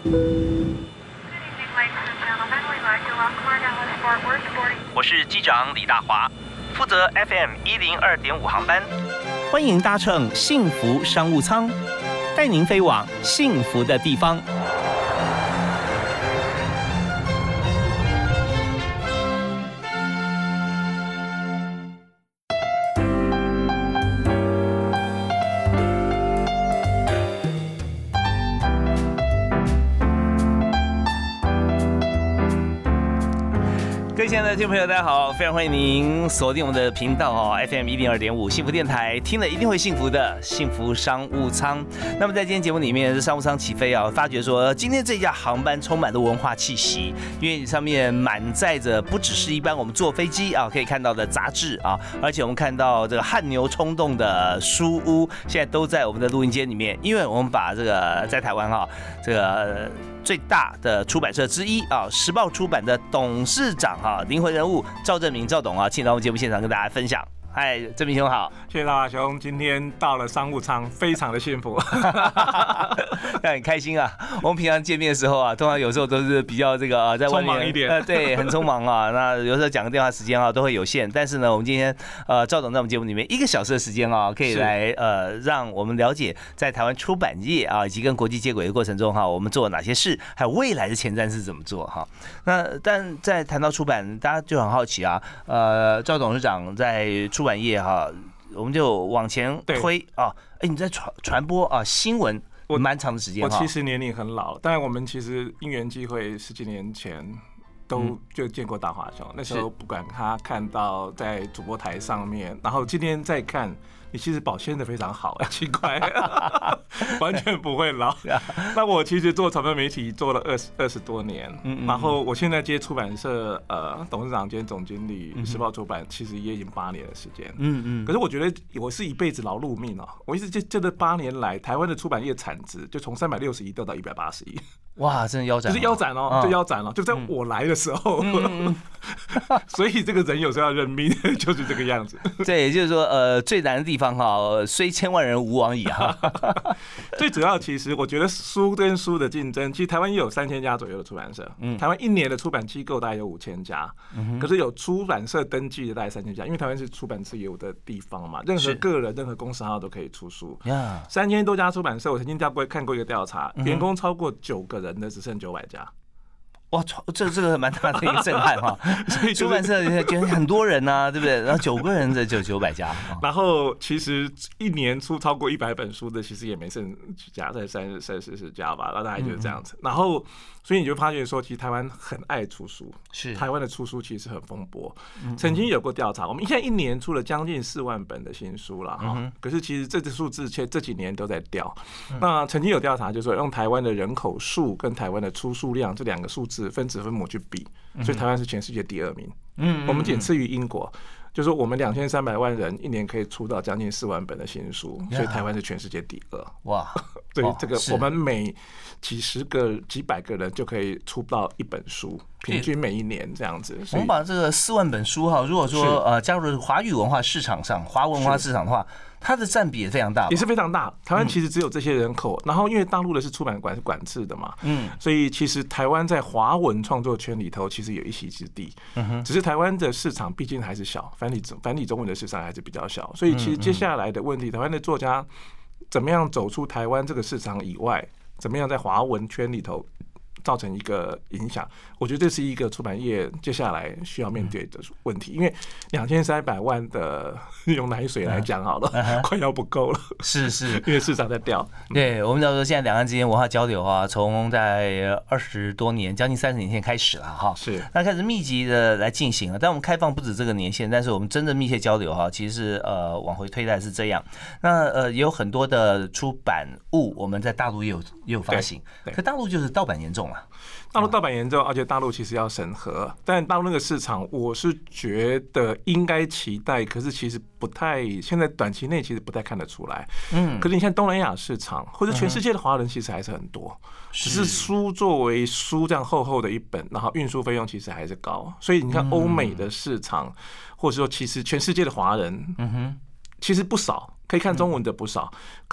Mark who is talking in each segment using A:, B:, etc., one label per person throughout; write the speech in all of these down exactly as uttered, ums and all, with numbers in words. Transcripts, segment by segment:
A: 我是机长李大华，负责 F M 一零二点五航班。欢迎搭乘幸福商务舱，带您飞往幸福的地方。各位亲爱的听众朋友，大家好，非常欢迎您锁定我们的频道哦 ，F M 一零二点五幸福电台，听了一定会幸福的幸福商务舱。那么在今天节目里面，这商务舱起飞啊，发觉说今天这架航班充满了文化气息，因为上面满载着不只是一般我们坐飞机啊可以看到的杂志啊，而且我们看到这个汗牛充栋的书屋，现在都在我们的录音间里面，因为我们把这个在台湾哈这个。最大的出版社之一啊，时报出版的董事长啊，灵魂人物赵正明赵董啊，请到我们节目现场跟大家分享。嗨，正明兄好，
B: 谢谢大华兄，今天到了商务舱，非常的幸福，
A: 那很开心啊。我们平常见面的时候啊，通常有时候都是比较这个啊，在外面
B: 匆忙一点，
A: 呃，对，很匆忙啊。那有时候讲个电话时间啊，都会有限。但是呢，我们今天呃，赵董在我们节目里面一个小时的时间啊，可以来呃，让我们了解在台湾出版业啊，以及跟国际接轨的过程中哈，我们做了哪些事，还有未来的前瞻是怎么做哈。那但在谈到出版，大家就很好奇啊，呃，赵董事长在出版业哈，我们就往前推啊。哎，你在传传播啊新闻蛮长的时间，
B: 我其实年龄很老，但我们其实因缘际会，十几年前都就见过大华兄。那时候不管他看到在主播台上面，然后今天再看。你其实表现得非常好，奇怪，完全不会老。那我其实做传播媒体做了二十二十多年，嗯嗯然后我现在接出版社，呃，董事长兼总经理，时报出版，其实也已经八年的时间。嗯嗯。可是我觉得我是一辈子劳碌命哦，我一直这这这八年来，台湾的出版业产值就从三百六十亿掉到一百八十亿。
A: 哇，真的腰斩，
B: 就是腰斩哦，就腰斩了，就在我来的时候，嗯、所以这个人有时候要认命，就是这个样子。
A: 对，也就是说，呃，最难的地方哈，虽千万人吾往矣哈。
B: 最主要，其实我觉得书跟书的竞争，其实台湾也有三千家左右的出版社，嗯，台湾一年的出版机构大概有五千家，嗯，可是有出版社登记的大概三千家，因为台湾是出版自由的地方嘛，任何个人、任何公司号都可以出书。三千多家出版社，我曾经调过看过一个调查，员工超过九个人。人的只剩九百家，
A: 哇，这这个蛮大的一个震撼哈！所以出版社觉得很多人呐、啊，对不对？然后九个人的就九百家，
B: 然后其实一年出超过一百本书的，其实也没剩几家，在三十、三四十家吧，那大概就是这样子。嗯、然后，所以你就发现说，其实台湾很爱出书，是台湾的出书其实很蓬勃。嗯、曾经有过调查，我们现在一年出了将近四万本的新书了哈。嗯、可是其实这个数字，这几年都在掉。嗯、那曾经有调查，就是说用台湾的人口数跟台湾的出书量这两个数字。分子分母去比，所以台湾是全世界第二名。嗯，我们仅次于英国，就是我们两千三百万人一年可以出到将近四万本的新书，所以台湾是全世界第二。哇，对，这个我们每几十个、几百个人就可以出到一本书，平均每一年这样子。
A: 我们把这个四万本书哈，如果说呃加入华语文化市场上，华文化市场的话。它的占比也非常大，
B: 也是非常大。台湾其实只有这些人口，嗯、然后因为大陆的是出版馆是管制的嘛，嗯，所以其实台湾在华文创作圈里头其实有一席之地。嗯哼，只是台湾的市场毕竟还是小，繁体繁体中文的市场还是比较小，所以其实接下来的问题，台湾的作家怎么样走出台湾这个市场以外，怎么样在华文圈里头造成一个影响，我觉得这是一个出版业接下来需要面对的问题，因为两千三百万的用奶水来讲好了，嗯、快要不够了。
A: 是是，
B: 因为市场在掉。
A: 对，我们知道说现在两岸之间文化交流啊，从在二十多年，将近三十年前开始了哈。是，那开始密集的来进行了。但我们开放不止这个年限，但是我们真正密切交流哈，其实是呃往回推的是这样。那呃也有很多的出版物，我们在大陆也有也有发行，可大陆就是盗版严重了。
B: 大陆盗版严重，而且大陆其实要审核，但大陆那个市场，我是觉得应该期待，可是其实不太，现在短期内其实不太看得出来。嗯，可是你看东南亚市场，或者全世界的华人其实还是很多，只是书作为书这样厚厚的一本，然后运输费用其实还是高，所以你看欧美的市场，或者说其实全世界的华人，嗯哼，其实不少，可以看中文的不少，可是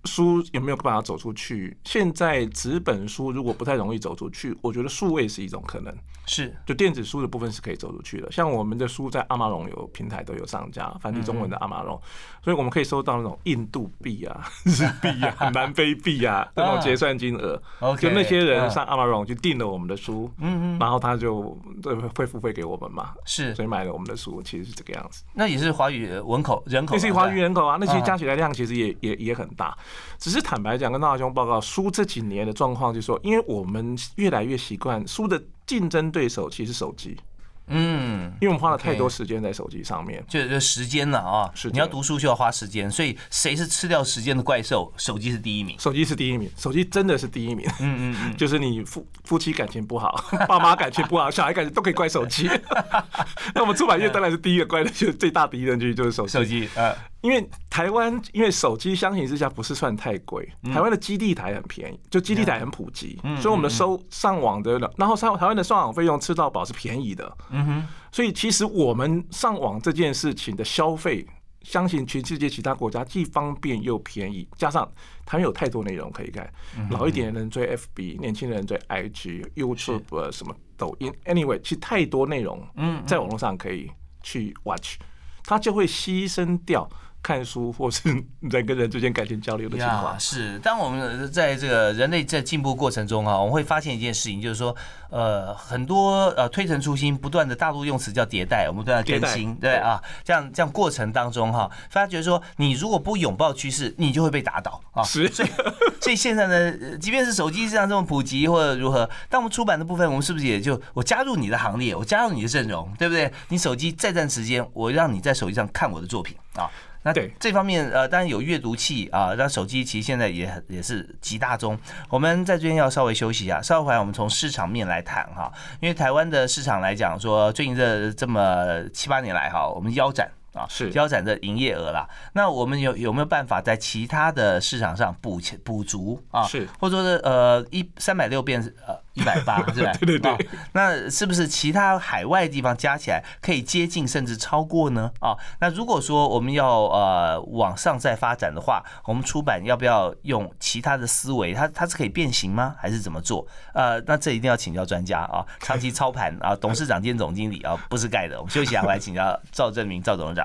B: 书有没有办法走出去？现在纸本书如果不太容易走出去，我觉得数位是一种可能。
A: 是，
B: 就电子书的部分是可以走出去的。像我们的书在阿玛龙有平台都有上架，繁体中文的阿玛龙，所以我们可以收到那种印度币啊、日币啊、南非币啊那种结算金额。就那些人上阿玛龙就订了我们的书，嗯嗯，然后他就会付费给我们嘛。
A: 是，
B: 所以买了我们的书，其实是这个样子。
A: 那也是华语文口人口，
B: 那是华语人口啊，那些加起来量其实也也也很大。只是坦白讲，跟大兄报告，书这几年的状况就是说，因为我们越来越习惯书的竞争对手其实是手机，嗯，因为我们花了太多时间在手机上面，
A: 就是时间了啊。你要读书就要花时间，所以谁是吃掉时间的怪兽？手机是第一名，
B: 手机是第一名，手机真的是第一名。嗯嗯嗯，就是你夫夫妻感情不好，爸妈感情不好，小孩感情都可以怪手机。那我们出版业当然是第一个怪的，就是最大敌人就是手机。
A: 手机，呃。
B: 因为台湾，因为手机相形之下不是算太贵，台湾的基地台很便宜，就基地台很普及，所以我们的收上网的，然后上台湾的上网费用吃到饱是便宜的，嗯哼，所以其实我们上网这件事情的消费，相信全世界其他国家既方便又便宜，加上台湾有太多内容可以看，老一点的人追 F B， 年轻人追 I G、YouTube 什么抖音 ，anyway， 其实太多内容在网络上可以去 watch， 它就会牺牲掉看书或是人跟人之间感情交流的情况。
A: 是，当我们在这个人类在进步过程中啊，我们会发现一件事情，就是说，呃，很多呃推陈出新，不断的大陆用词叫迭代，我们都要更新，对啊，这样这样过程当中哈，发觉说，你如果不拥抱趋势，你就会被打倒啊。
B: 是，
A: 所以所以现在呢，即便是手机上这么普及或者如何，但我们出版的部分，我们是不是也就我加入你的行列，我加入你的阵容，对不对？你手机再占时间，我让你在手机上看我的作品啊。那这方面呃，当然有阅读器啊，那手机其实现在也也是极大宗。我们在这边要稍微休息一下，稍后回来我们从市场面来谈哈，因为台湾的市场来讲说，最近这这么七八年来哈，我们腰斩啊，
B: 是
A: 腰斩的营业额啦。那我们有有没有办法在其他的市场上补补足啊？
B: 是，
A: 或者说是呃一三百六变呃一百八，是吧？
B: 对对对、哦。
A: 那是不是其他海外的地方加起来可以接近甚至超过呢？啊，那如果说我们要呃往上再发展的话，我们出版要不要用其他的思维？它它是可以变形吗？还是怎么做？呃，那这一定要请教专家啊，长期操盘啊，董事长兼总经理啊，不是盖的。我们休息一下，回来请教赵正明赵董事长。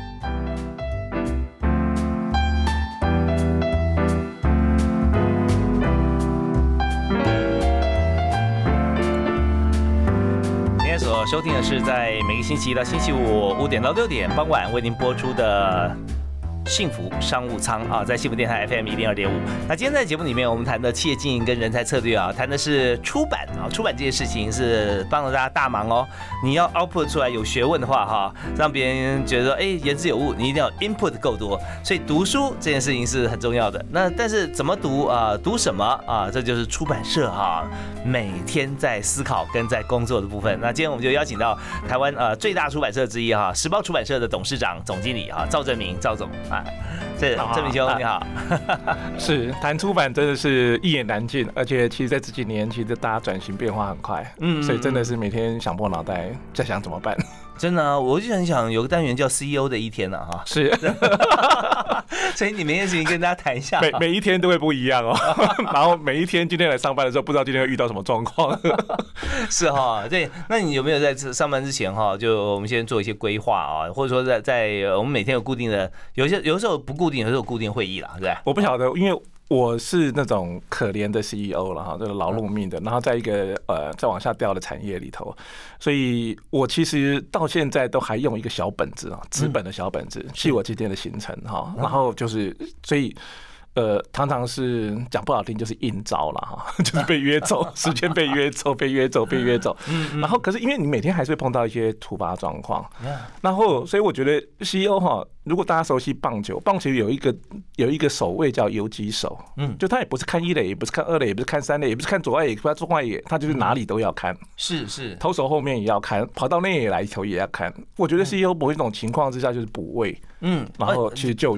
A: 所收听的是在每个星期一到星期五五点到六点傍晚为您播出的幸福商务舱啊，在幸福电台 F M 一零二点五。那今天在节目里面，我们谈的企业经营跟人才策略啊，谈的是出版啊，出版这件事情是帮了大家大忙哦。你要 output 出来有学问的话哈，让别人觉得哎言之有物，你一定要 input 够多。所以读书这件事情是很重要的。那但是怎么读啊？读什么啊？这就是出版社哈每天在思考跟在工作的部分。那今天我们就邀请到台湾呃最大出版社之一哈，时报出版社的董事长、总经理哈赵正明赵总啊。这郑明兄你好，
B: 是谈出版真的是一言难尽，而且其实在这几年，其实大家转型变化很快，嗯，所以真的是每天想破脑袋在想怎么办。
A: 真的、啊，我就很想有个单元叫 C E O 的一天啊，哈，
B: 是，
A: 所以你每件事情跟大家谈一下，
B: 每每一天都会不一样哦，然后每一天今天来上班的时候，不知道今天会遇到什么状况，
A: 是哈，对，那你有没有在上班之前哈，就我们先做一些规划啊，或者说在在我们每天有固定的，有些有的时候不固定，有的时候有固定会议啦，对不对？
B: 我不晓得，因为我是那种可怜的 C E O 了哈，这个劳碌命的，然后在一个呃再往下掉的产业里头，所以我其实到现在都还用一个小本子啊，纸本的小本子记我今天的行程哈，然后就是所以。呃，常常是讲不好听，就是应招了哈，就是被约走，时间被约走，被约走，被约走。然后，可是因为你每天还是会碰到一些突发状况，然后，所以我觉得 C E O 哈，如果大家熟悉棒球，棒球有一个有一个守卫叫游击手，嗯，就他也不是看一垒，也不是看二垒，也不是看三垒，也不是看左外野，也不是看中外野，他就是哪里都要看，
A: 是是，
B: 投手后面也要看，跑到内野来球也要看。我觉得 C E O 某一种情况之下就是补位，嗯，然后去救援。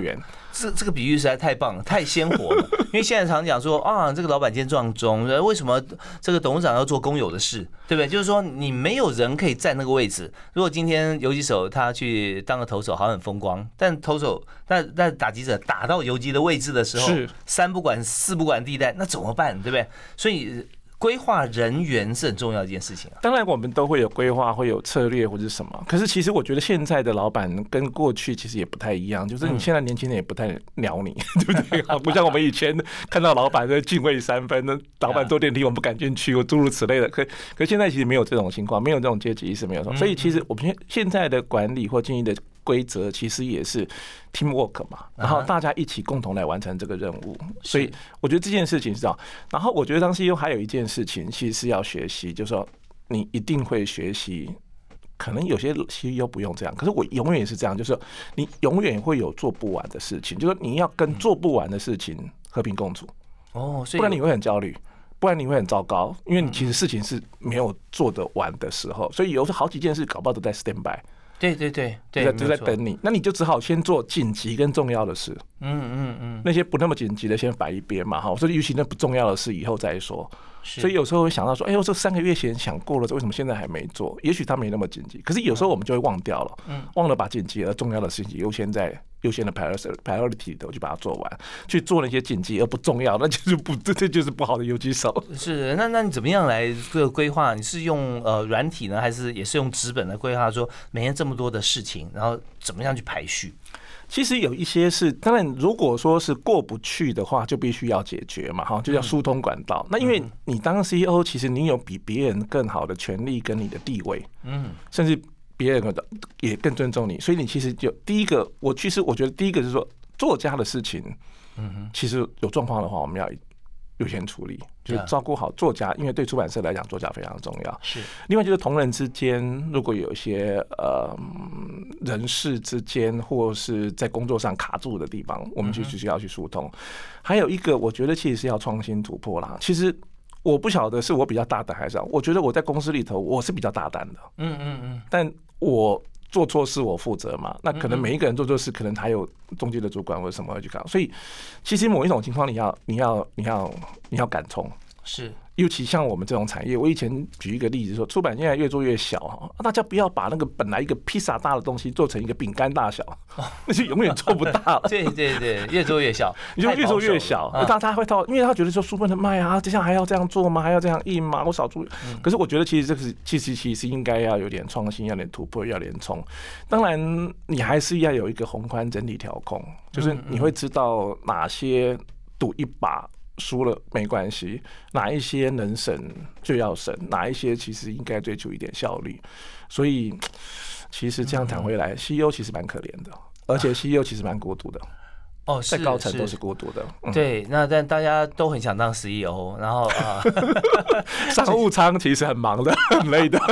A: 这这个比喻实在太棒了，太鲜活了。因为现在常讲说啊，这个老板今天撞钟，为什么这个董事长要做公有的事，对不对？就是说你没有人可以占那个位置。如果今天游击手他去当个投手，好像很风光，但投手但但打击者打到游击的位置的时候，三不管四不管地带，那怎么办，对不对？所以规划人员是很重要的一件事情啊。
B: 当然，我们都会有规划，会有策略或者什么。可是，其实我觉得现在的老板跟过去其实也不太一样，就是你现在年轻人也不太鸟你，对不对？不像我们以前看到老板在敬畏三分，那老板坐电梯我们不敢进去，或诸如此类的。可可现在其实没有这种情况，没有这种阶级意识，没有什么。所以，其实我们现在的管理或经营的规则其实也是 teamwork 嘛，然后大家一起共同来完成这个任务，所以我觉得这件事情是这样。然后我觉得当 C E O 还有一件事情其实是要学习，就是说你一定会学习，可能有些 C E O 不用这样，可是我永远是这样，就是你永远会有做不完的事情，就是你要跟做不完的事情和平共处哦，不然你会很焦虑。不然你会很糟糕，因为你其实事情是没有做得完的时候，所以有时候好几件事搞不好都在 stand by。
A: 对对对对，
B: 就在等你，那你就只好先做紧急跟重要的事。嗯嗯嗯，那些不那么紧急的先摆一边嘛，哈，所以尤其那不重要的事以后再说。所以有时候会想到说，哎呦，这三个月前想过了，为什么现在还没做？也许它没那么紧急，可是有时候我们就会忘掉了，嗯，忘了把紧急而重要的事情优先在优先的 priority 的，我就把它做完，去做那些紧急而不重要，那就是不，这就是不好的游击手。
A: 是，那那你怎么样来这个规划？你是用呃软体呢，还是也是用纸本来规划？说每天这么多的事情，然后怎么样去排序？
B: 其实有一些是，当然如果说是过不去的话，就必须要解决嘛，哈，就叫疏通管道。那因为你当 C E O， 其实你有比别人更好的权利跟你的地位，嗯，甚至别人也更尊重你，所以你其实就第一个，我其实我觉得第一个是说作家的事情，嗯，其实有状况的话，我们要优先处理，就是照顾好作家，因为对出版社来讲，作家非常重要。是，另外就是同仁之间，如果有一些呃人事之间，或是在工作上卡住的地方，我们就需要去疏通。还有一个，我觉得其实是要创新突破啦。其实我不晓得是我比较大胆还是，我觉得我在公司里头我是比较大胆的。嗯嗯嗯，但我做错事我负责嘛，那可能每一个人做错事，可能还有中间的主管或者什么会去搞，所以其实某一种情况你要你要你要你要敢冲，是，尤其像我们这种产业，我以前举一个例子说，出版现在越做越小，大家不要把那个本来一个披萨大的东西做成一个饼干大小，那就永远做不大了。
A: 对对对，越做越小，
B: 你就越做越小，他他会套，因为他觉得说书不能卖啊，这样还要这样做吗？还要这样印吗？我少注意。可是我觉得其实这个是其实其实应该要有点创新，要点突破，要点冲。当然，你还是要有一个宏观整体调控，就是你会知道哪些赌一把。输了没关系，哪一些能省就要省，哪一些其实应该追求一点效率。所以其实这样谈回来 ，C E O 其实蛮可怜的，而且 C E O 其实蛮孤独的。哦，在高层都是孤独的。
A: 嗯、对，那但大家都很想当 C E O， 然后啊，
B: 商务舱其实很忙的，很累的。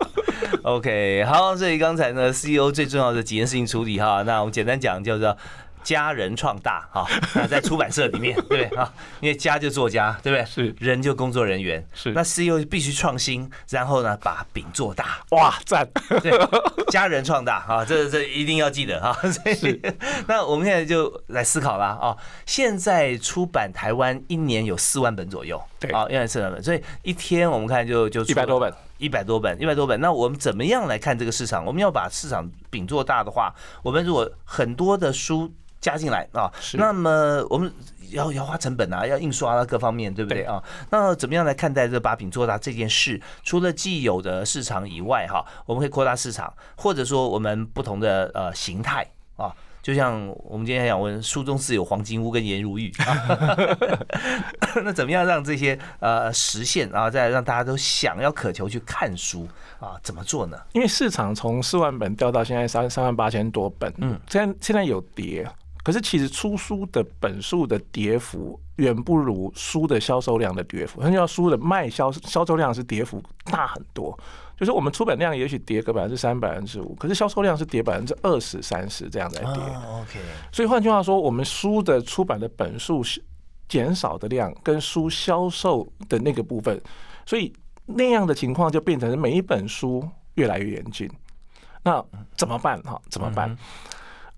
A: OK， 好，所以刚才呢 ，C E O 最重要的几件事情处理哈，那我们简单讲叫做。家人创大哈，那在出版社里面，对不对啊？因为家就作家，对不对？是人就工作人员，是那 C E O 必须创新，然后呢把饼做大。
B: 哇，赞！
A: 对，家人创大啊，这这一定要记得哈。所以，那我们现在就来思考啦啊。现在出版台湾一年有四万本左右，对啊，一年四万本，所以一天我们看就就
B: 一百多本。
A: 一百多本，一百多本。那我们怎么样来看这个市场？我们要把市场饼做大的话，我们如果很多的书加进来啊，那么我们要要花成本啊，要印刷啊，各方面对不对啊？那怎么样来看待这把饼做大这件事？除了既有的市场以外，哈，我们可以扩大市场，或者说我们不同的呃形态啊。就像我们今天想问，书中自有黄金屋跟颜如玉，那怎么样让这些呃实现啊，再让大家都想要渴求去看书啊？怎么做呢？
B: 因为市场从四万本掉到现在三三万八千多本，嗯，现在现在有跌，可是其实出书的本数的跌幅远不如书的销售量的跌幅，它叫书的卖销销售量是跌幅大很多。就是我们出版量也许跌个百分之三、百分之五，可是销售量是跌百分之二十、三十这样在跌。Oh, OK。所以换句话说，我们书的出版的本数减少的量跟书销售的那个部分，所以那样的情况就变成每一本书越来越严峻。那怎么办？哈，怎么办？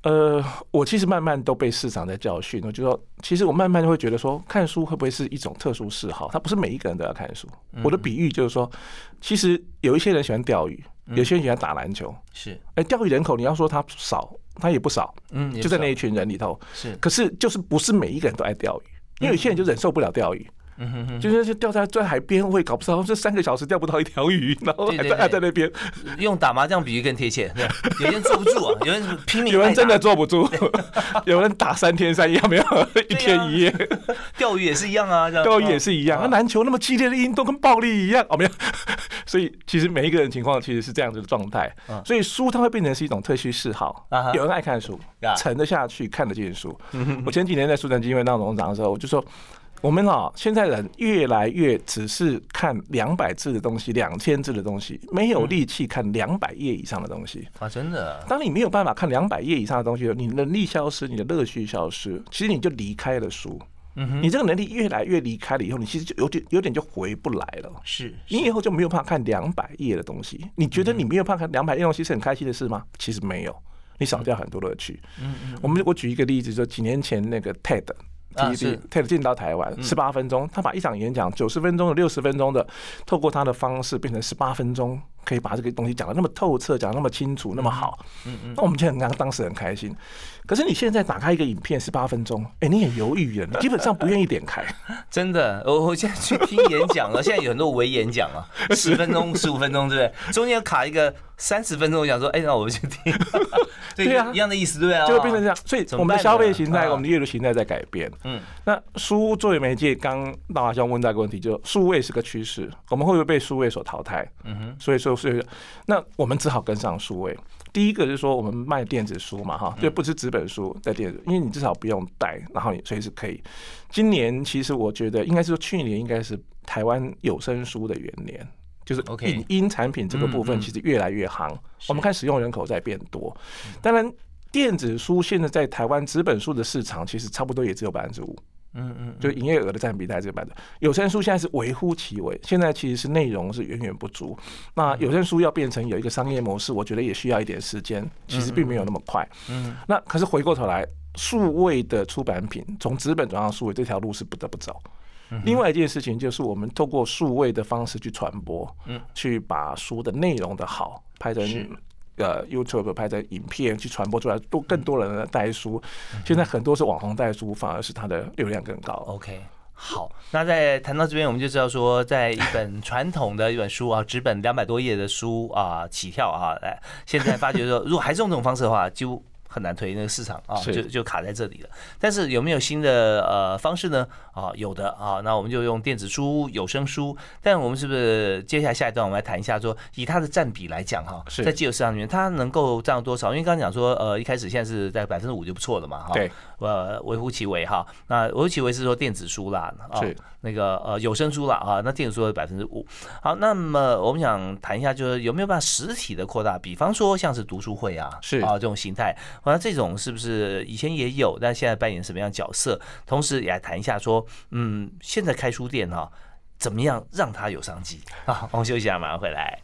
B: 呃，我其实慢慢都被市场在教训，我就说，其实我慢慢就会觉得说，看书会不会是一种特殊嗜好？它不是每一个人都要看书。嗯、我的比喻就是说，其实有一些人喜欢钓鱼，有些人喜欢打篮球，
A: 是、嗯，
B: 哎，钓鱼人口你要说它少，它也不少，嗯，就在那一群人里头，
A: 是。
B: 可是就是不是每一个人都爱钓鱼，因为有些人就忍受不了钓鱼。嗯哼哼，就是钓在在海边，会搞不到这三个小时钓不到一条鱼，然后还在还在那边。
A: 用打麻将比喻更贴切，对，有人坐不住啊，有人拼命，
B: 有人真的坐不住，有人打三天三夜，没有一天一夜。
A: 钓鱼也是一样啊，
B: 钓鱼也是一样。那篮球那么激烈的运动跟暴力一样，哦没有。所以其实每一个人情况其实是这样子的状态，所以书它会变成是一种特殊嗜好。有人爱看书，沉得下去，看得进书。我前几年在书展基金会当董事长的时候，我就说。我们啊，现在人越来越只是看两百字的东西、两千字的东西，没有力气看两百页以上的东西
A: 啊！真的，
B: 当你没有办法看两百页以上的东西，你能力消失，你的乐趣消失，其实你就离开了书。嗯、你这个能力越来越离开了以后，你其实就有点有点就回不来了。
A: 是，
B: 你以后就没有办法看两百页的东西。你觉得你没有办法看两百页东西是很开心的事吗？其实没有，你少掉很多乐趣。嗯嗯，我们我举一个例子，就几年前那个 T E D。T E D T E D 进到台湾十八分钟，他把一场演讲九十分钟的、六十分钟的，透过他的方式变成十八分钟，可以把这个东西讲得那么透彻，讲得那么清楚，那么好。嗯嗯，那我们就很当时很开心。可是你现在打开一个影片十八分钟，哎、欸，你很犹豫了，基本上不愿意点开。
A: 真的，我我现在去听演讲了，现在有很多微演讲啊，十分钟、十五分钟，对不对？中间卡一个三十分钟，我想说，哎、欸，那我去听。对啊，一样的意思，对啊，
B: 就会变成这样。所以我们的消费形态、我们的阅读形态在改变。嗯，那书作为媒介，刚大华兄问到一个问题，就数位是个趋势，我们会不会被数位所淘汰？嗯哼，所以说，所以那我们只好跟上数位。第一个就是说，我们卖电子书嘛，哈，就不是纸本书在电子，因为你至少不用带，然后你随时可以。今年其实我觉得应该是说，去年应该是台湾有声书的元年。就是影音产品这个部分其实越来越行，我们看使用人口在变多。当然，电子书现在在台湾纸本书的市场其实差不多也只有百分之五，嗯嗯，就营业额的占比大概这个百分之。有声书现在是微乎其微，现在其实是内容是远远不足。那有声书要变成有一个商业模式，我觉得也需要一点时间，其实并没有那么快。嗯，那可是回过头来，数位的出版品从纸本转到数位这条路是不得不走。另外一件事情就是，我们透过数位的方式去传播，嗯，去把书的内容的好拍成呃 YouTube 拍成影片去传播出来，多更多人来带书。现在很多是网红带书，反而是它的流量更高。
A: OK。好，那在谈到这边，我们就知道说，在一本传统的一本书啊，纸本两百多页的书啊起跳啊，哎，现在发觉说，如果还是用这种方式的话，几乎很难推那个市场啊，就就卡在这里了。但是有没有新的呃方式呢？啊，有的啊，那我们就用电子书、有声书。但我们是不是接下来下一段我们来谈一下说，以它的占比来讲哈，在既有市场里面，它能够占到多少？因为刚刚讲说，呃，一开始现在是在百分之五就不错了嘛，哈。
B: 对。
A: 呃，微乎其微哈。那微乎其微是说电子书啦，啊，那个呃有声书啦啊，那电子书的百分之五。好，那么我们想谈一下，就是有没有办法实体的扩大？比方说像是读书会啊，
B: 是
A: 啊这种形态，那这种是不是以前也有，但现在扮演什么样的角色？同时也来谈一下说，嗯，现在开书店哈，怎么样让它有商机？好，我们休息一下，马上回来。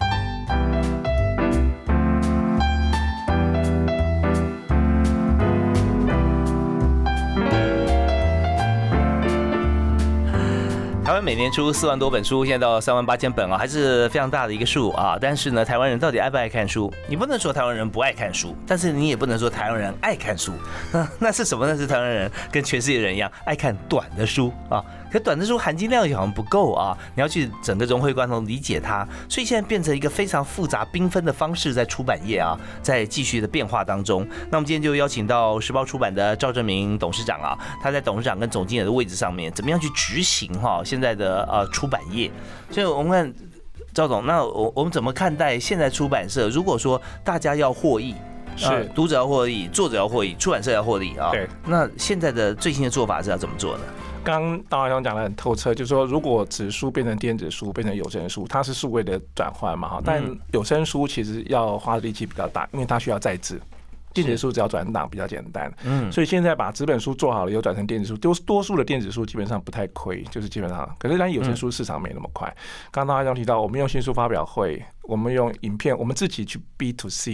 A: 台湾每年出四万多本书，现在到三万八千本啊，还是非常大的一个数啊。但是呢，台湾人到底爱不爱看书？你不能说台湾人不爱看书，但是你也不能说台湾人爱看书。那那是什么呢？是台湾人跟全世界人一样爱看短的书啊。可短的书含金量好像不够啊，你要去整个融会贯通理解它，所以现在变成一个非常复杂缤纷的方式，在出版业啊，在继续的变化当中。那我们今天就邀请到时报出版的赵正明董事长啊，他在董事长跟总经理的位置上面，怎么样去执行哈现在的呃出版业？所以我们看赵总，那我我们怎么看待现在出版社？如果说大家要获益。是、呃、读者要获益，作者要获益，出版社要获利啊。对，那现在的最新的做法是要怎么做呢？
B: 刚刚大华兄讲得很透彻，就是说，如果纸书变成电子书，变成有声书，它是数位的转换嘛，哈。但有声书其实要花的力气比较大，因为它需要再制。电子书只要转档比较简单，嗯，所以现在把纸本书做好了，又转成电子书，多多数的电子书基本上不太亏，就是基本上。可是，但有声书市场没那么快。刚刚大家提到，我们用新书发表会，我们用影片，我们自己去 B to C。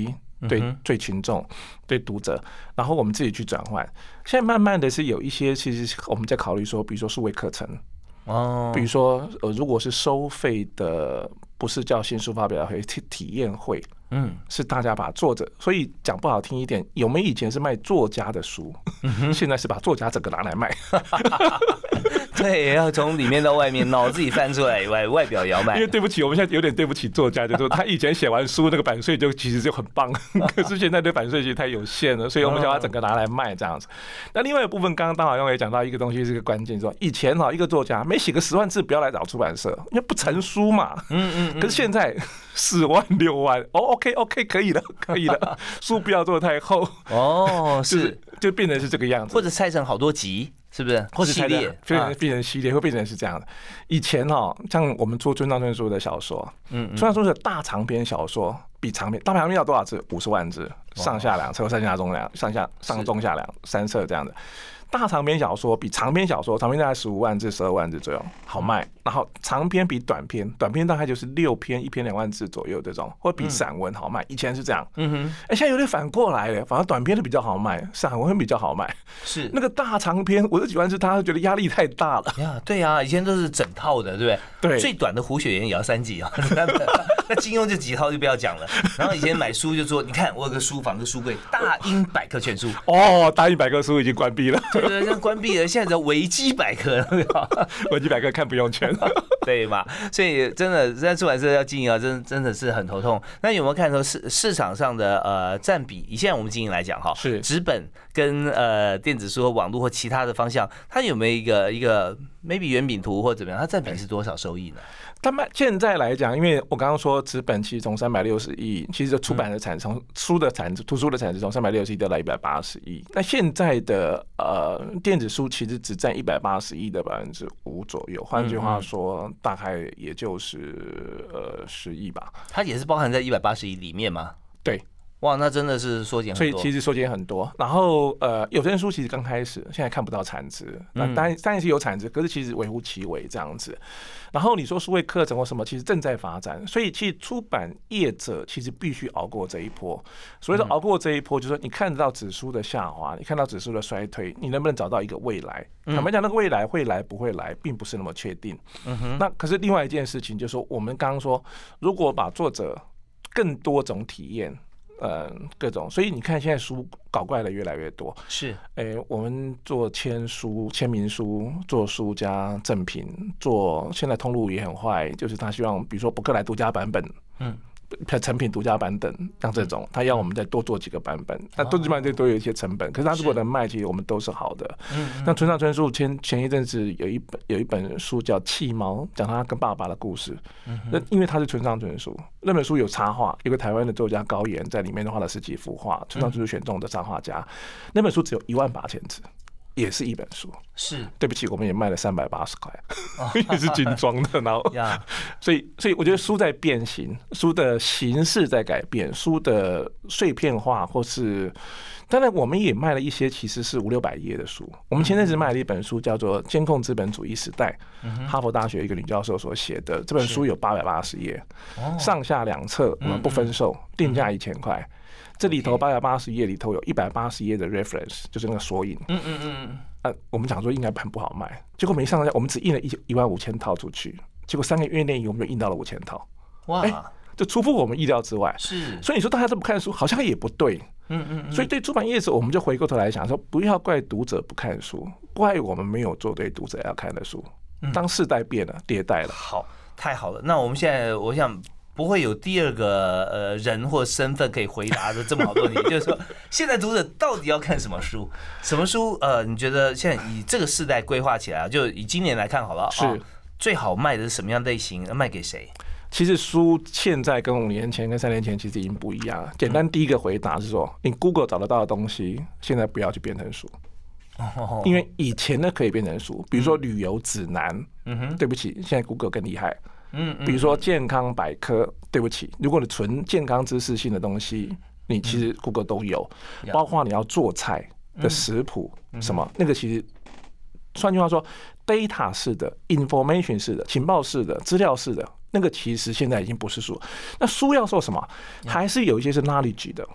B: 对对群众、对读者，然后我们自己去转换。现在慢慢的是有一些，其实我们在考虑说，比如说数位课程，哦，比如说呃，如果是收费的，不是叫新书发表会、体体验会。嗯，是大家把作者，所以讲不好听一点，我们以前是卖作家的书，嗯、现在是把作家整个拿来卖。
A: 对，要从里面到外面，脑子里翻出来以外，外表也要卖。
B: 因为对不起，我们现在有点对不起作家，就是说他以前写完书那个版税就其实就很棒，可是现在对版税其实太有限了，所以我们想把整个拿来卖这样子。那另外一部分，刚刚大好用也讲到一个东西是个关键，说以前哈一个作家每写个十万字不要来找出版社，因为不成书嘛。嗯嗯。可是现在四万六万，哦 OK OK 可以了可以了，书不要做太厚哦，是就变成是这个样子，
A: 或者拆成好多集。是不是？或者
B: 系列变成变成系列，会变成是这样的。以前哈，像我们做村上春树的小说，嗯，村上春树的大长篇小说比长篇大长篇要多少字？五十万字，上下两册，上下中两，上下上中下两三册这样的。大长篇小说比长篇小说，长篇大概十五万字、十二万字左右好卖，然后长篇比短篇，短篇大概就是六篇一篇两万字左右这种，或比散文好卖。以前是这样，嗯哼，哎，现在有点反过来了，反而短篇的比较好卖，散文比较好卖。是那个大长篇，我这几万字，大家觉得压力太大了
A: 呀。对呀，以前都是整套的，对不对？
B: 对，
A: 最短的胡雪岩也要三集啊。那金庸就几套就不要讲了。然后以前买书就说，你看我有个书房，个书柜，大英百科全书。
B: 哦，大英百科书已经关闭了。
A: 对对对，关闭了，现在只有维基百科了。
B: 维基百科看不用钱，
A: 对嘛？所以真的，在出版社要经营啊，真真的是很头痛。那有没有看说市市场上的呃占比？以现在我们经营来讲哈，是纸本跟呃电子书、网络或其他的方向，它有没有一个一个 maybe 圆饼图或怎么样？它占比是多少收益呢？
B: 他们现在来讲，因为我刚刚说纸本其实从三百六十亿，其实出版的产值从书的产值、图书的产值从三百六十亿掉到一百八十亿。那现在的呃电子书其实只占一百八十亿的百分之五左右，换句话说，大概也就是呃十亿吧。
A: 它也是包含在一百八十亿里面吗？
B: 对。
A: 哇，那真的是缩减很多，
B: 所以其实缩减很多。然后呃，有声书其实刚开始，现在看不到产值，那当然当然是有产值，可是其实微乎其微这样子。然后你说数位课程或什么，其实正在发展，所以其实出版业者其实必须熬过这一波。所以说熬过这一波，就是说你看得到指数的下滑，你看到指数的衰退，你能不能找到一个未来？坦白讲，那个未来会来不会来，并不是那么确定。那可是另外一件事情，就是说我们刚刚说，如果把作者更多种体验。呃，各种，所以你看现在书搞怪的越来越多。是，诶、欸，我们做签书、签名书，做书加赠品，做现在通路也很坏，就是他希望，比如说博客来独家版本，嗯。成品独家版等，像这种，他要我们再多做几个版本，那多几版本都有一些成本，可是他如果能卖，其实我们都是好的。那村上春树前前一阵子有一本有一本书叫《弃猫》，讲他跟爸爸的故事。那因为他是村上春树，那本书有插画，有个台湾的作家高岩在里面画了十几幅画，村上春树选中的插画家。那本书只有一万八千字。也是一本书，是对不起，我们也卖了三百八十块，也是精装的。然后，所以，所以我觉得书在变形，书的形式在改变，书的碎片化，或是当然，我们也卖了一些其实是五六百页的书。我们前阵子卖了一本书，叫做《监控资本主义时代》，哈佛大学一个女教授所写的。这本书有八百八十页，上下两册，我们不分售，定价一千块。这里头八百八十页里头有一百八十页的 reference， 就是那个索引。嗯嗯嗯。啊，我们讲说应该很不好卖，结果没上架，我们只印了一一万五千套出去，结果三个月内我们就印到了五千套。哇！欸，就出乎我们意料之外。是。所以你说大家都不看书，好像也不对。嗯嗯。所以对出版业者，我们就回过头来想说，不要怪读者不看书，怪我们没有做对读者要看的书。当世代变了，迭代了。
A: 好，太好了。那我们现在，我想。不会有第二个呃人或身份可以回答的这么好的问题，就是说，现在读者到底要看什么书？什么书？呃，你觉得现在以这个世代规划起来，就以今年来看好了，是、哦、最好卖的是什么样类型？卖给谁？
B: 其实书现在跟五年前、跟三年前其实已经不一样了。简单第一个回答是说，你 Google 找得到的东西，现在不要去变成书。因为以前呢可以变成书，比如说旅游指南，嗯哼，对不起，现在 Google 更厉害。嗯，比如说健康百科，对不起，如果你纯健康知识性的东西，你其实 Google 都有，包括你要做菜的食谱什么，那个其实，换句话说 ，data 式的、information 式的、情报式的、资料式的，那个其实现在已经不是书。那书要做什么？还是有一些是 knowledge 的。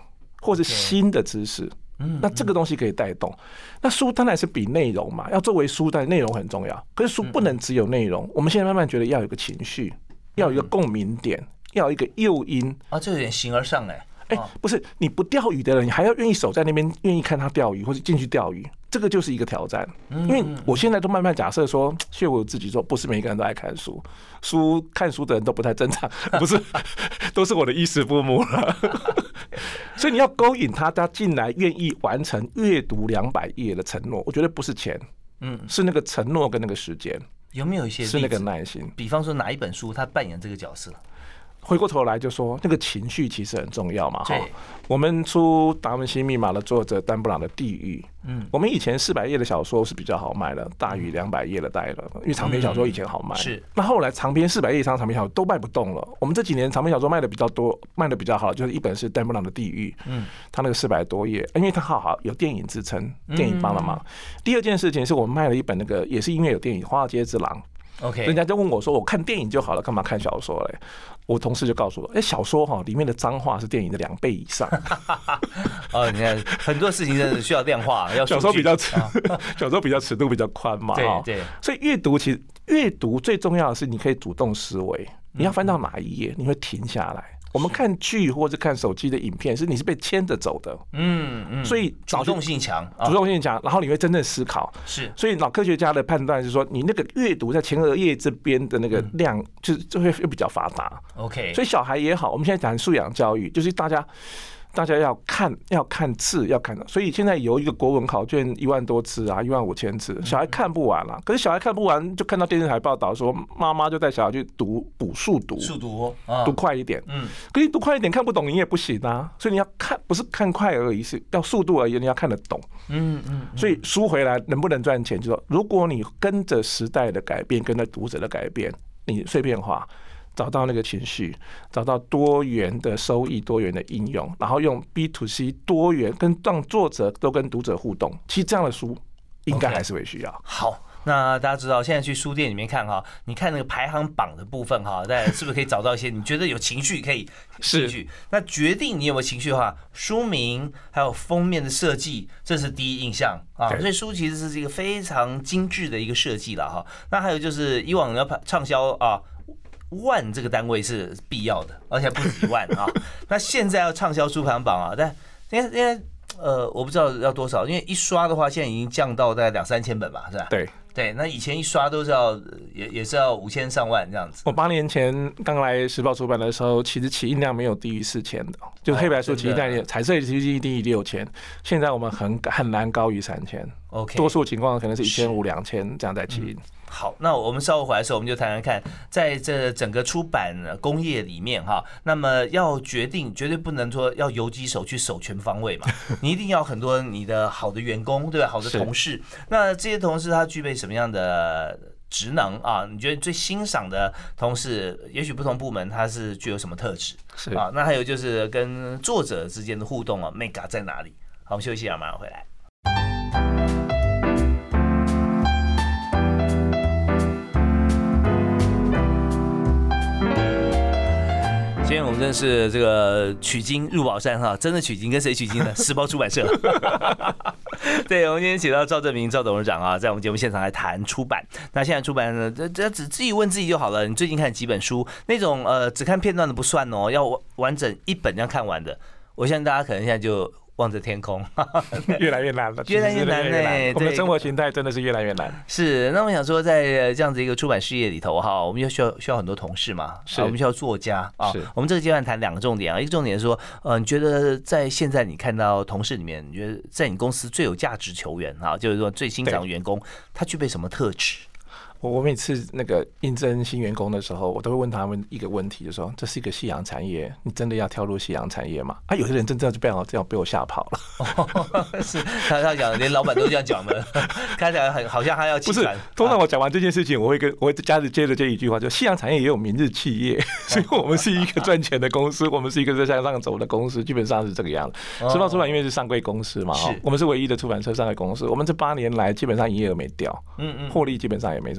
B: 或是新的知识。那这个东西可以带动。那书当然是比内容嘛，要作为书，但内容很重要。可是书不能只有内容，我们现在慢慢觉得要有一个情绪，要有一个共鸣点，要有一个诱因
A: 啊，这有点形而上哎。
B: 哎、欸，不是，你不钓鱼的人，你还要愿意守在那边，愿意看他钓鱼，或者进去钓鱼，这个就是一个挑战。因为我现在都慢慢假设说，所以我自己说，不是每个人都爱看书，书看书的人都不太正常，不是，都是我的衣食父母了。所以你要勾引他，他进来愿意完成阅读两百页的承诺，我觉得不是钱，嗯，是那个承诺跟那个时间。
A: 有没有一些
B: 是那个耐心？
A: 比方说哪一本书，他扮演这个角色？
B: 回过头来就说，那个情绪其实很重要嘛。哈，我们出《达文西密码》的作者丹布朗的《地狱》，嗯，我们以前四百页的小说是比较好卖的，大于两百页的带了，因为长篇小说以前好卖。是，那后来长篇四百页以上长篇小说都卖不动了。我们这几年长篇小说卖的比较多，卖的比较好，就是一本是丹布朗的《地狱》，嗯，他那个四百多页，因为他好好有电影支撑，电影帮了忙。第二件事情是我们卖了一本那个也是因为有电影《华尔街之狼》。
A: OK，
B: 人家就问我说：“我看电影就好了，干嘛看小说嘞？”我同事就告诉我：“哎、欸，小说哈里面的脏话是电影的两倍以上。”
A: 哦，你看很多事情真的需要量化，要
B: 小说比较尺，小说比较尺度比较宽嘛。
A: 对对，
B: 所以阅读其实阅读最重要的是你可以主动思维，你要翻到哪一页，你会停下来。我们看剧或者看手机的影片，是你是被牵着走的，嗯嗯，所以
A: 主动性强，
B: 主动性强，然后你会真正思考，
A: 是，
B: 所以脑科学家的判断是说，你那个阅读在前额叶这边的那个量，就是就会比较发达。
A: OK，
B: 所以小孩也好，我们现在讲素养教育，就是大家。大家要看，要看字，要看，所以现在有一个国文考卷一万多次啊，一万五千次，小孩看不完啊。可是小孩看不完，就看到电视台报道说，妈妈就带小孩去读补速读，
A: 速读，
B: 读快一点。嗯，可是读快一点看不懂，你也不行啊。所以你要看，不是看快而已，是要速度而已，你要看得懂。嗯嗯。所以书回来能不能赚钱，就说如果你跟着时代的改变，跟着读者的改变，你碎片化。找到那个情绪，找到多元的收益、多元的应用，然后用 B to C 多元跟让作者都跟读者互动。其实这样的书应该还是会需要。
A: Okay. 好，那大家知道，现在去书店里面看哈，你看那个排行榜的部分哈，大家是不是可以找到一些你觉得有情绪可以进去？那决定你有没有情绪的话，书名还有封面的设计，这是第一印象啊。所以书其实是一个非常精致的一个设计了哈。那还有就是以往要畅销啊。万这个单位是必要的，而且不止一万啊。那现在要畅销书排行榜啊，但因为因为呃，我不知道要多少，因为一刷的话，现在已经降到大概两三千本吧，是吧？
B: 对
A: 对，那以前一刷都是要也也是要五千上万这样子。
B: 我八年前刚来时报出版的时候，其实起印量没有低于四千的，就是黑白书起印量，彩色起印低于六千，现在我们很很难高于三千。OK， 多数情况可能是一千五、两千这样在起印。嗯
A: 好，那我们稍后回来的时候，我们就谈谈看，在这整个出版工业里面哈，那么要决定，绝对不能说要游击手去守全方位嘛，你一定要很多你的好的员工，对吧？好的同事，那这些同事他具备什么样的职能啊？你觉得最欣赏的同事，也许不同部门他是具有什么特质？是啊，那还有就是跟作者之间的互动啊 ，mega 在哪里？好，我们休息一下，马上回来。今天我们真是这个取经入宝山哈，真的取经，跟谁取经呢？时报出版社。对，我们今天请到赵正明赵董事长啊，在我们节目现场来谈出版。那现在出版呢，这这只自己问自己就好了。你最近看几本书？那种呃只看片段的不算哦，要完整一本这样看完的，我相信大家可能现在就望着天空，
B: 越来越难了，
A: 越来越难嘞。
B: 我们的生活形态真的是越来越难。
A: 是，那我想说，在这样子一个出版事业里头哈，我们又需要需要很多同事嘛，是，我们需要作家啊。我们这个阶段谈两个重点啊，一个重点是说，呃，你觉得在现在你看到同事里面，你觉得在你公司最有价值球员啊，就是说最欣赏员工，他具备什么特质？
B: 我我每次那个应征新员工的时候，我都会问他们一个问题，就说这是一个夕阳产业，你真的要跳入夕阳产业吗？啊，有些人真的就被我这样被我吓跑了。
A: 哦、是他他讲，连老板都这样讲的，看起来很好像他要
B: 不是。通常我讲完这件事情，我会跟我会加着接着这一句话，就夕阳产业也有明日企业，所以我们是一个赚钱的公司，我们是一个在向上走的公司，基本上是这个样子。时报出版因为是上柜公司嘛，我们是唯一的出版社上柜公司，我们这八年来基本上营业额没掉，嗯嗯，获利基本上也没什么。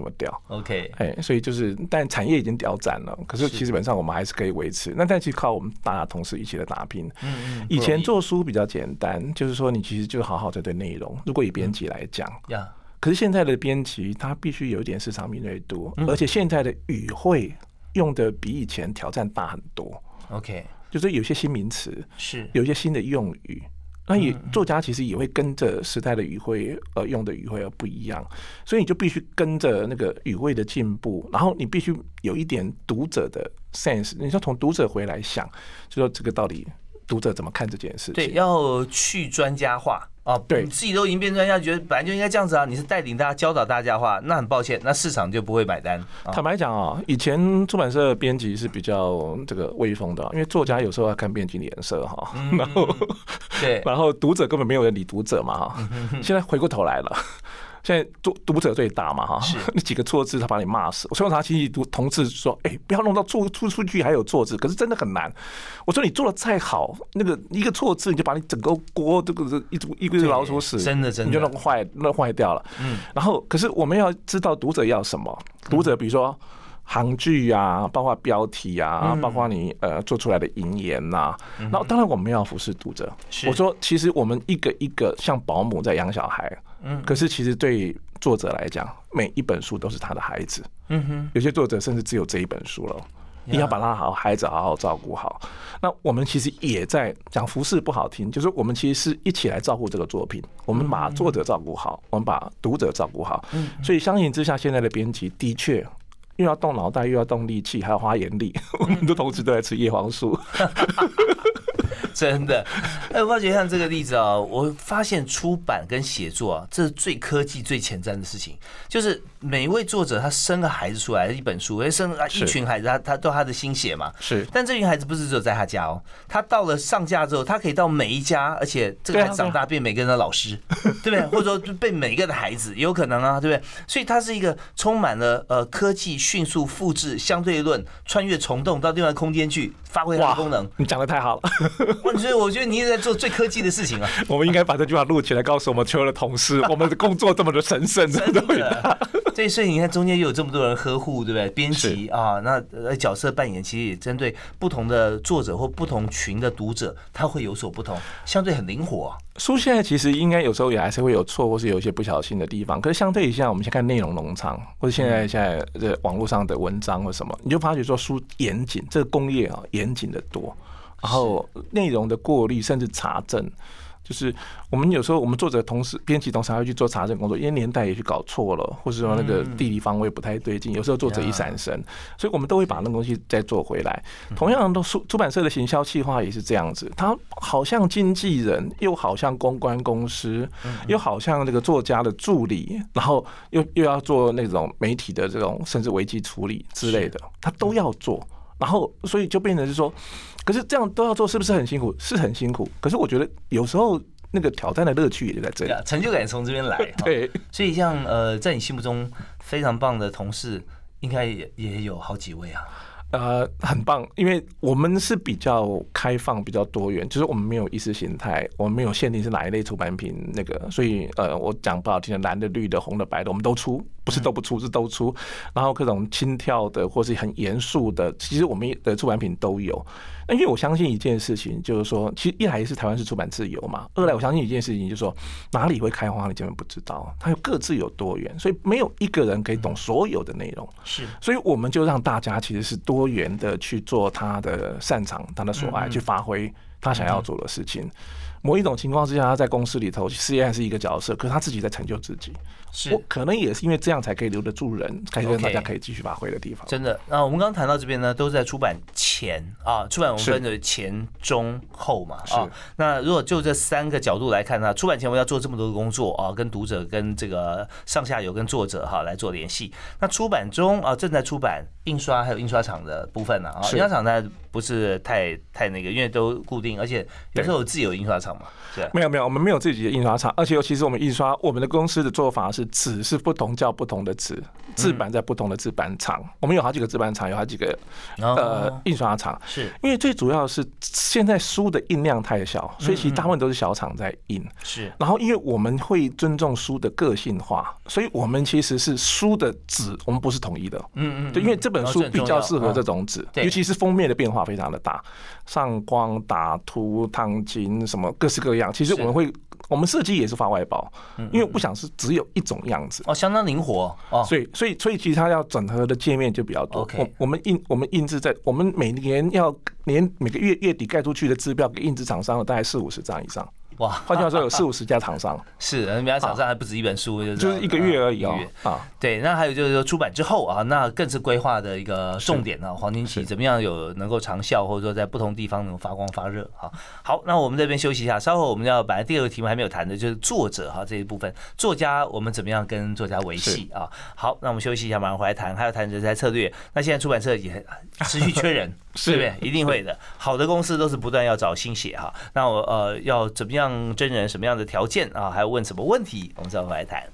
B: 么掉。
A: OK，
B: 哎，所以就是，但产业已经屌斩了，可是基本上我们还是可以维持。那但其实靠我们大家同事一起来打拼。嗯嗯。以前做书比较简单，就是说你其实就好好在对内容。如果以编辑来讲，呀、嗯，可是现在的编辑他必须有一点市场敏锐度，嗯、而且现在的语汇用的比以前挑战大很多。
A: OK，
B: 就是有些新名词，
A: 是
B: 有一些新的用语。那也作家其实也会跟着时代的语汇呃用的语汇而不一样，所以你就必须跟着那个语汇的进步，然后你必须有一点读者的 sense， 你说从读者回来想，就说这个到底读者怎么看这件事情？
A: 对，要去专家化。哦，对，你自己都已经变专家，觉得本来就应该这样子啊！你是带领大家教导大家的话，那很抱歉，那市场就不会买单。
B: 哦、坦白讲啊，以前出版社编辑是比较这个威风的，因为作家有时候要看编辑脸色哈，嗯、然后
A: 对，
B: 然后读者根本没有人理读者嘛哈。嗯、现在回过头来了。现在读读者最大嘛哈，那几个错字他把你骂死。我常常提醒读同事说，哎、欸，不要弄到出出出去还有错字，可是真的很难。我说你做的再好，那个一个错字你就把你整个锅这个一只一个老鼠屎，
A: 真的真的
B: 你就弄坏弄坏掉了。嗯，然后可是我们要知道读者要什么，读者比如说行距啊，包括标题啊，嗯、包括你呃做出来的引言呐、啊，然后当然我们要服侍读者。我说其实我们一个一个像保姆在养小孩。嗯，可是其实对作者来讲，每一本书都是他的孩子。嗯哼，有些作者甚至只有这一本书了，你要把他好孩子好好照顾好。那我们其实也在讲服侍不好听，就是我们其实是一起来照顾这个作品，我们把作者照顾好，我们把读者照顾好。嗯，所以相形之下，现在的编辑的确又要动脑袋，又要动力气，还要花眼力。我们的同事都在吃叶黄素。
A: 真的，哎，我发觉像这个例子啊，我发现出版跟写作啊，这是最科技、最前瞻的事情。就是每一位作者他生个孩子出来，一本书，会生一群孩子，他他都他的心血嘛。
B: 是，
A: 但这群孩子不是只有在他家哦，他到了上架之后，他可以到每一家，而且这个孩子长大变每个人的老师，对不对？或者说被每一个的孩子也有可能啊，对不对？所以它是一个充满了呃科技迅速复制、相对论、穿越虫洞到另外空间去发挥它的功能。
B: 你讲的太好了。
A: 所以我觉得你也在做最科技的事情啊！
B: 我们应该把这句话录起来，告诉我们所有的同事，我们的工作这么的神圣，真的伟大。
A: 对，所以你看中间又有这么多人呵护，对不对？编辑啊，那角色扮演其实也针对不同的作者或不同群的读者，他会有所不同，相对很灵活。
B: 书现在其实应该有时候也还是会有错，或是有一些不小心的地方。可是相对于现在，我们先看内容农场，或者现在现在的网络上的文章或什么，你就发觉说书严谨，这个工业啊严谨的多。然后内容的过滤，甚至查证，就是我们有时候我们作者同时编辑同时还会去做查证工作，因为年代也许搞错了，或者说那个地理方位不太对劲，有时候作者一闪身，所以我们都会把那个东西再做回来。同样的，出出版社的行销企划也是这样子，它好像经纪人，又好像公关公司，又好像那个作家的助理，然后又又要做那种媒体的这种甚至危机处理之类的，他都要做。然后，所以就变成是说，可是这样都要做，是不是很辛苦？是很辛苦。可是我觉得有时候那个挑战的乐趣也就在这里，
A: 成就感从这边来。
B: 对，
A: 所以像呃，在你心目中非常棒的同事，应该也也有好几位啊。
B: 呃，很棒，因为我们是比较开放、比较多元，就是我们没有意识形态，我们没有限定是哪一类出版品那个，所以呃，我讲不好听的，蓝的、绿的、红的、白的，我们都出，不是都不出，是都出。然后各种轻佻的或是很严肃的，其实我们的出版品都有。因为我相信一件事情，就是说，其实一来是台湾是出版自由嘛，二来我相信一件事情，就是说哪里会开花，你根本不知道，它有各自有多元，所以没有一个人可以懂所有的内容。
A: 是，
B: 所以我们就让大家其实是多元的去做他的擅长、他的所爱，去发挥他想要做的事情。某一种情况之下，他在公司里头虽然是一个角色，可是他自己在成就自己。是，我可能也是因为这样才可以留得住人，才让大家可以继续发挥的地方。
A: 真的，那我们刚刚谈到这边呢，都是在出版前啊，出版我们分的前、中、后嘛啊。那如果就这三个角度来看呢，出版前我们要做这么多的工作啊，跟读者、跟这个上下游、跟作者哈来做联系。那出版中啊，正在出版、印刷还有印刷厂的部分呢啊，印刷厂在不是太太那个，因为都固定，而且有时候有自己有印刷厂嘛，是吧？
B: 没有没有，我们没有自己的印刷厂，而且尤其是我们印刷，我们的公司的做法是纸是不同叫不同的纸，制版在不同的制版厂，我们有好几个制版厂，有好几个呃印刷厂，
A: 是
B: 因为最主要是现在书的印量太小，所以其实大部分都是小厂在印，
A: 是。
B: 然后因为我们会尊重书的个性化，所以我们其实是书的纸，我们不是统一的，嗯嗯，对，因为这本书比较适合这种纸，尤其是封面的变化非常的大，上光、打凸、烫金什么各式各样，其实我们会。我们设计也是发外包，因为不想是只有一种样子
A: 哦，相当灵活哦，
B: 所以所以所以其实它要整合的界面就比较多。
A: Okay.
B: 我我们印我们印制在我们每年要年每个月月底盖出去的支票给印制厂商，大概四五十张以上。哇，换句话说，有四五十家厂商，
A: 是，人家厂商还不止一本书，就是
B: 就是一个月而已哦。
A: 啊，对，那还有就是说出版之后啊，那更是规划的一个重点啊，黄金期怎么样有能够长效，或者说在不同地方能发光发热啊。好，那我们这边休息一下，稍后我们要本来第二个题目还没有谈的，就是作者哈这一部分，作家我们怎么样跟作家维系啊？好，那我们休息一下，马上回来谈，还要谈人才策略。那现在出版社也持续缺人，对不对？一定会的，好的公司都是不断要找新血哈。那我呃要怎么样？真人什么样的条件啊？还要问什么问题？我们再回来谈。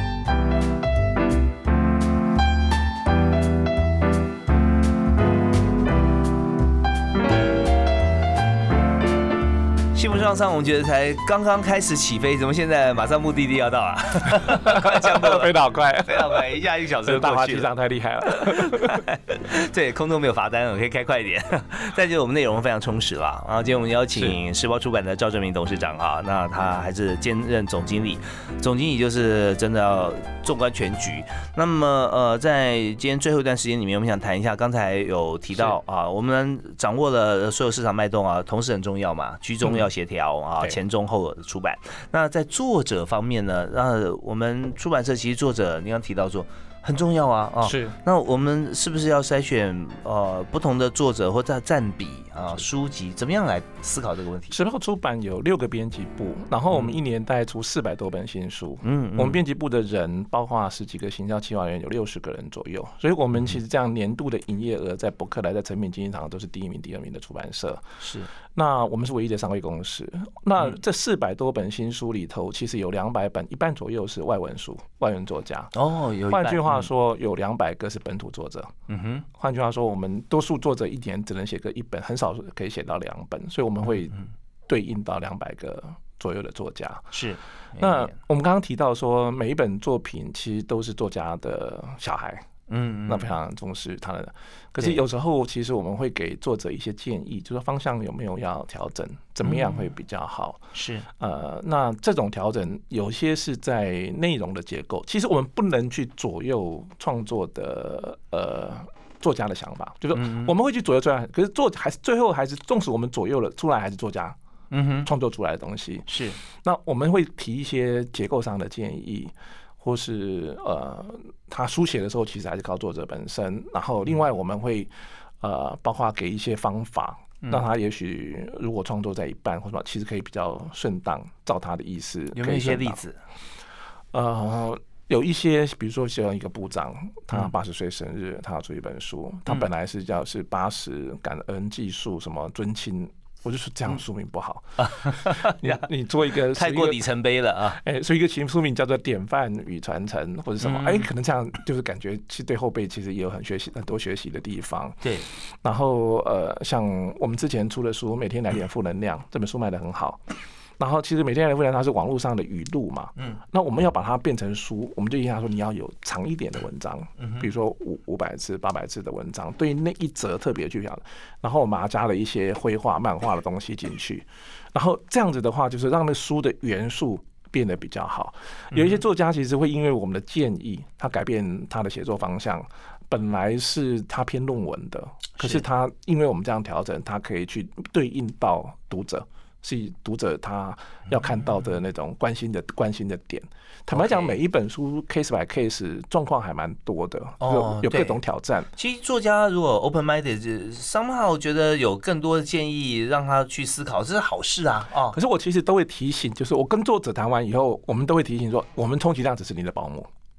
A: 幸福上上，我们觉得才刚刚开始起飞，怎么现在马上目的地要到啊？快降落了，
B: 飞得好快，
A: 飞得好快，一下一个小时就过去了。
B: 大滑梯上太厉害了。
A: 对，空中没有罚单，我可以开快一点。再就是我们内容非常充实了。然后今天我们邀请时报出版的赵正明董事长啊，那他还是兼任总经理，总经理就是真的要纵观全局。那么呃，在今天最后一段时间里面，我们想谈一下，刚才有提到啊，我们掌握了所有市场脉动啊，同时很重要嘛，居中要协调啊，前中后出版。那在作者方面呢，那我们出版社其实作者，你刚提到说很重要啊，啊，
B: 是。
A: 那我们是不是要筛选呃不同的作者或者占比啊书籍，怎么样来思考这个问题？
B: 时报出版有六个编辑部，然后我们一年大概出四百多本新书。嗯，我们编辑部的人包括十几个行销企划员，有六十个人左右，所以我们其实这样年度的营业额在博客来、在诚品经济堂都是第一名、第二名的出版社。
A: 是。
B: 那我们是唯一的商业公司。那这四百多本新书里头，其实有两百本，一半左右是外文书，外文作家。
A: 哦，有一半。
B: 换句话说，有两百个是本土作者。嗯哼。换句话说，我们多数作者一年只能写个一本，很少可以写到两本，所以我们会对应到两百个左右的作家。
A: 是。
B: 那我们刚刚提到说，每一本作品其实都是作家的小孩。嗯，那非常重视他的。可是有时候，其实我们会给作者一些建议，就是方向有没有要调整，怎么样会比较好？
A: 是
B: 呃，那这种调整有些是在内容的结构，其实我们不能去左右创作的呃作家的想法，就是我们会去左右作家，可是作还是最后还是，纵使我们左右了，出来还是作家嗯哼创作出来的东西。
A: 是，
B: 那我们会提一些结构上的建议。或是呃，他书写的时候其实还是靠作者本身，然后另外我们会呃，包括给一些方法，让他也许如果创作在一半或者其实可以比较顺当，照他的意思。
A: 有没有一些例子？
B: 呃，有一些，比如说像一个部长，他八十岁生日，他要出一本书，他本来是叫是八十感恩技术什么尊亲。我就说这样书名不好，你你做一个
A: 太过里程碑了啊！
B: 哎，所以一个书名叫做典范与传承或者什么，哎，可能这样就是感觉其实对后辈其实也有很学习很多学习的地方。
A: 对，
B: 然后呃，像我们之前出的书《每天来点负能量》，这本书卖得很好。然后其实每天来负能量它是网络上的语录嘛，嗯，那我们要把它变成书，我们就意思说你要有长一点的文章，嗯，比如说五五百字、八百字的文章，对于那一则特别去讲，然后我们把它加了一些绘画、漫画的东西进去，然后这样子的话，就是让那书的元素变得比较好。有一些作家其实会因为我们的建议，他改变他的写作方向。本来是他偏论文的，可是他因为我们这样调整，他可以去对应到读者。是读者他要看到的那种关心的关心的点。坦白讲，每一本书 case by case 状况还蛮多的，有有各种挑战。
A: 其实作家如果 open minded，somehow 觉得有更多的建议让他去思考，这是好事啊。哦，
B: 可是我其实都会提醒，就是我跟作者谈完以后，我们都会提醒说，我们充其量只是你的保姆。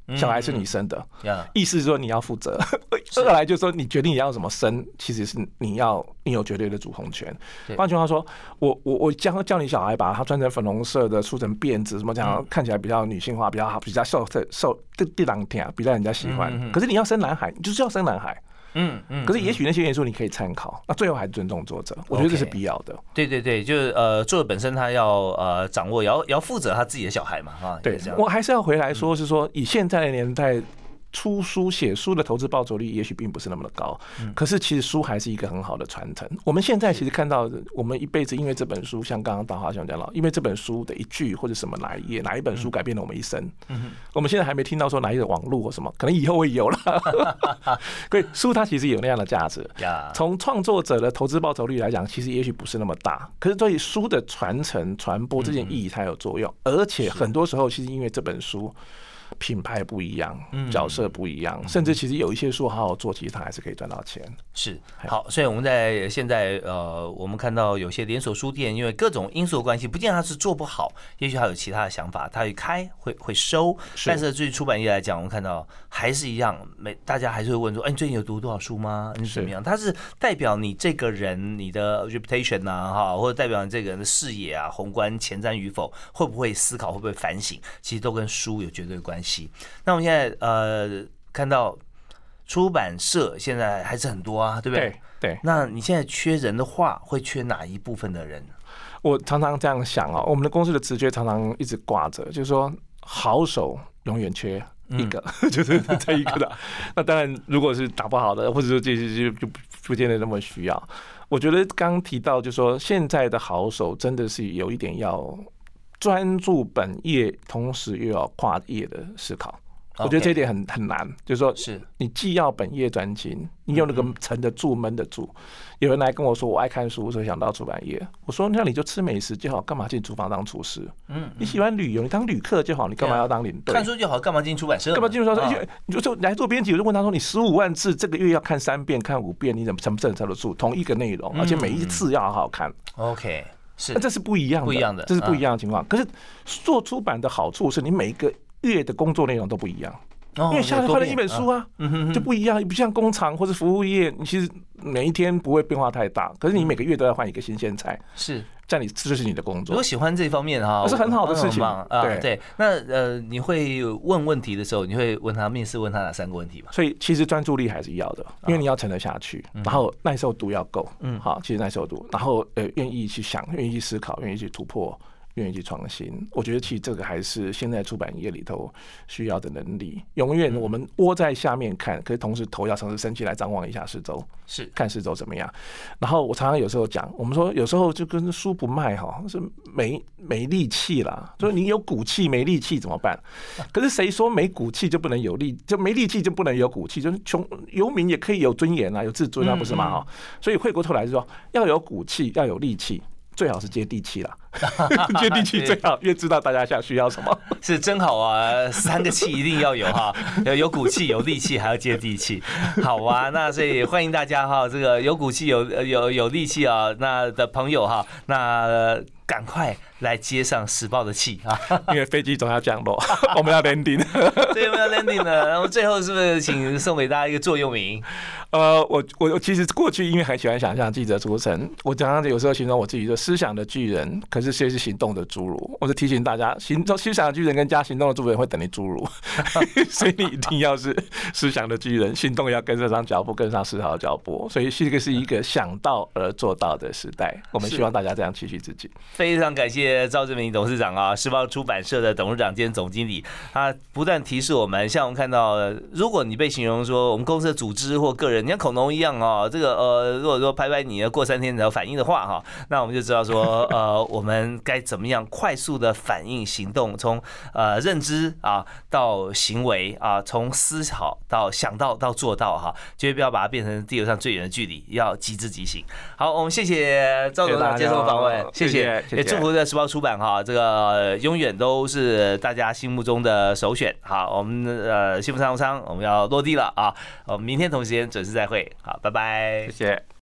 B: 小孩是你生的，
A: 嗯、
B: 意思是说你要负责。二来就是说你决定你要怎么生，其实是你要你有绝对的主控权。换句话说，我我我将叫你小孩把它穿成粉红色的，梳成辫子，什么这样、嗯、看起来比较女性化，比较好，比较受受地朗天，比较人家喜欢、嗯。可是你要生男孩，你就是要生男孩。嗯嗯，可是也许那些元素你可以参考，那最后还是尊重作者，我觉得这是必要的。
A: 对对对，就是呃，作者本身他要呃掌握，也要也要负责他自己的小孩嘛，哈。
B: 对，我还是要回来说，是说以现在的年代。出书写书的投资报酬率也许并不是那么的高，可是其实书还是一个很好的传承。我们现在其实看到，我们一辈子因为这本书，像刚刚大华兄讲到，因为这本书的一句或者什么哪一页哪一本书改变了我们一生。我们现在还没听到说哪一个网络或什么，可能以后会有了。所以书它其实有那样的价值。从创作者的投资报酬率来讲，其实也许不是那么大，可是对于书的传承传播这件意义才有作用。而且很多时候，其实因为这本书。品牌不一样，角色不一样，嗯、甚至其实有一些书好好做，其实它还是可以赚到钱。
A: 是好，所以我们在现在呃，我们看到有些连锁书店，因为各种因素的关系，不见得它是做不好，也许它有其他的想法，它会开会会收。但是对于出版业来讲，我们看到还是一样，每大家还是会问说，哎，你最近有读多少书吗？你怎么样？它是代表你这个人你的 reputation 啊，哈，或者代表你这个人的视野啊、宏观前瞻与否，会不会思考，会不会反省，其实都跟书有绝对的关系。那我们现在呃看到出版社现在还是很多啊，对不对？
B: 对。对，
A: 那你现在缺人的话，会缺哪一部分的人？
B: 我常常这样想哦，我们的公司的直觉常常一直挂着，就是说好手永远缺一个，嗯、就是这一个的。那当然，如果是打不好的，或者说这些就就不见得那么需要。我觉得刚提到，就是说现在的好手真的是有一点要。专注本业，同时又要跨业的思考， okay. 我觉得这一点很很难。就是说，是你既要本业专精，你有那个沉得住、闷得住。有人来跟我说，我爱看书，所以想到出版业。我说，那你就吃美食就好，干嘛进厨房当厨师？嗯，你喜欢旅游，你当旅客就好，你干嘛要当领队？
A: 看书就好，干嘛进出版社？
B: 干嘛进出版社？你就就来做编辑，我就问他说，你十五万字，这个月要看三遍、看五遍，你怎么承不承受得住？同一个内容，而且每一次要好好看。
A: OK。是，
B: 那这是不一样的，
A: 不一样的，
B: 这是不一样的情况。可是做出版的好处是你每一个月的工作内容都不一样，因为下来换了一本书啊，就不一样。不像工厂或者服务业，你其实每一天不会变化太大，可是你每个月都要换一个新鲜菜。是。在你这就是你的工作。
A: 如果喜欢这方面哈，
B: 是很好的事情
A: 啊。对对，那呃，你会问问题的时候，你会问他面试问他哪三个问题吧？
B: 所以其实专注力还是要的，因为你要沉得下去，然后耐受度要够。嗯，好，其实耐受度，然后呃，愿意去想，愿意去思考，愿意去突破。愿意去创新，我觉得其实这个还是现在出版业里头需要的能力。永远我们窝在下面看，可是同时头要尝试升起来，张望一下四周，是看四周怎么样。然后我常常有时候讲，我们说有时候就跟书不卖哈，是没没力气啦。所以你有骨气没力气怎么办？可是谁说没骨气就不能有力，就没力气就不能有骨气？就是穷游民也可以有尊严啊，有自尊啊，不是吗？哈，所以回过头来是说要有骨气，要有力气。最好是接地气啦，接地气最好，越知道大家想需要什么。
A: 是真好啊，三个气一定要有哈，有骨气、有力气，还要接地气。好啊，那所以欢迎大家哈，这个有骨气、有有有力气啊，那的朋友哈，那赶快来接上时报的气啊，
B: 因为飞机总要降落，我们要 landing，
A: 对，我们要 landing 了。然后最后是不是请送给大家一个座右铭？
B: 呃，我我其实过去因为很喜欢想象记者出身，我常常有时候形容我自己说思想的巨人，可是谁是行动的侏儒？我就提醒大家，行动思想的巨人跟加行动的侏儒会等于侏儒，所以你一定要是思想的巨人，行动要跟得上脚步，跟上思考的脚步。所以这个是一个想到而做到的时代，我们希望大家这样期许自己。
A: 非常感谢赵志明董事长啊，时报出版社的董事长兼总经理，他不断提示我们，像我们看到，如果你被形容说我们公司的组织或个人，你像恐龙一样哦，这个呃，如果说拍拍你过三天才有反应的话哈，那我们就知道说呃，我们该怎么样快速的反应行动，从呃认知啊到行为啊，从思考到想到到做到哈，绝对不要把它变成地球上最远的距离，要即知即行。好，我们谢谢赵董事长接受访问，谢谢。也祝福的时报出版哈，这个永远都是大家心目中的首选。好，我们呃幸福商务舱我们要落地了啊，我们明天同时间准时再会。好，拜拜，
B: 谢谢。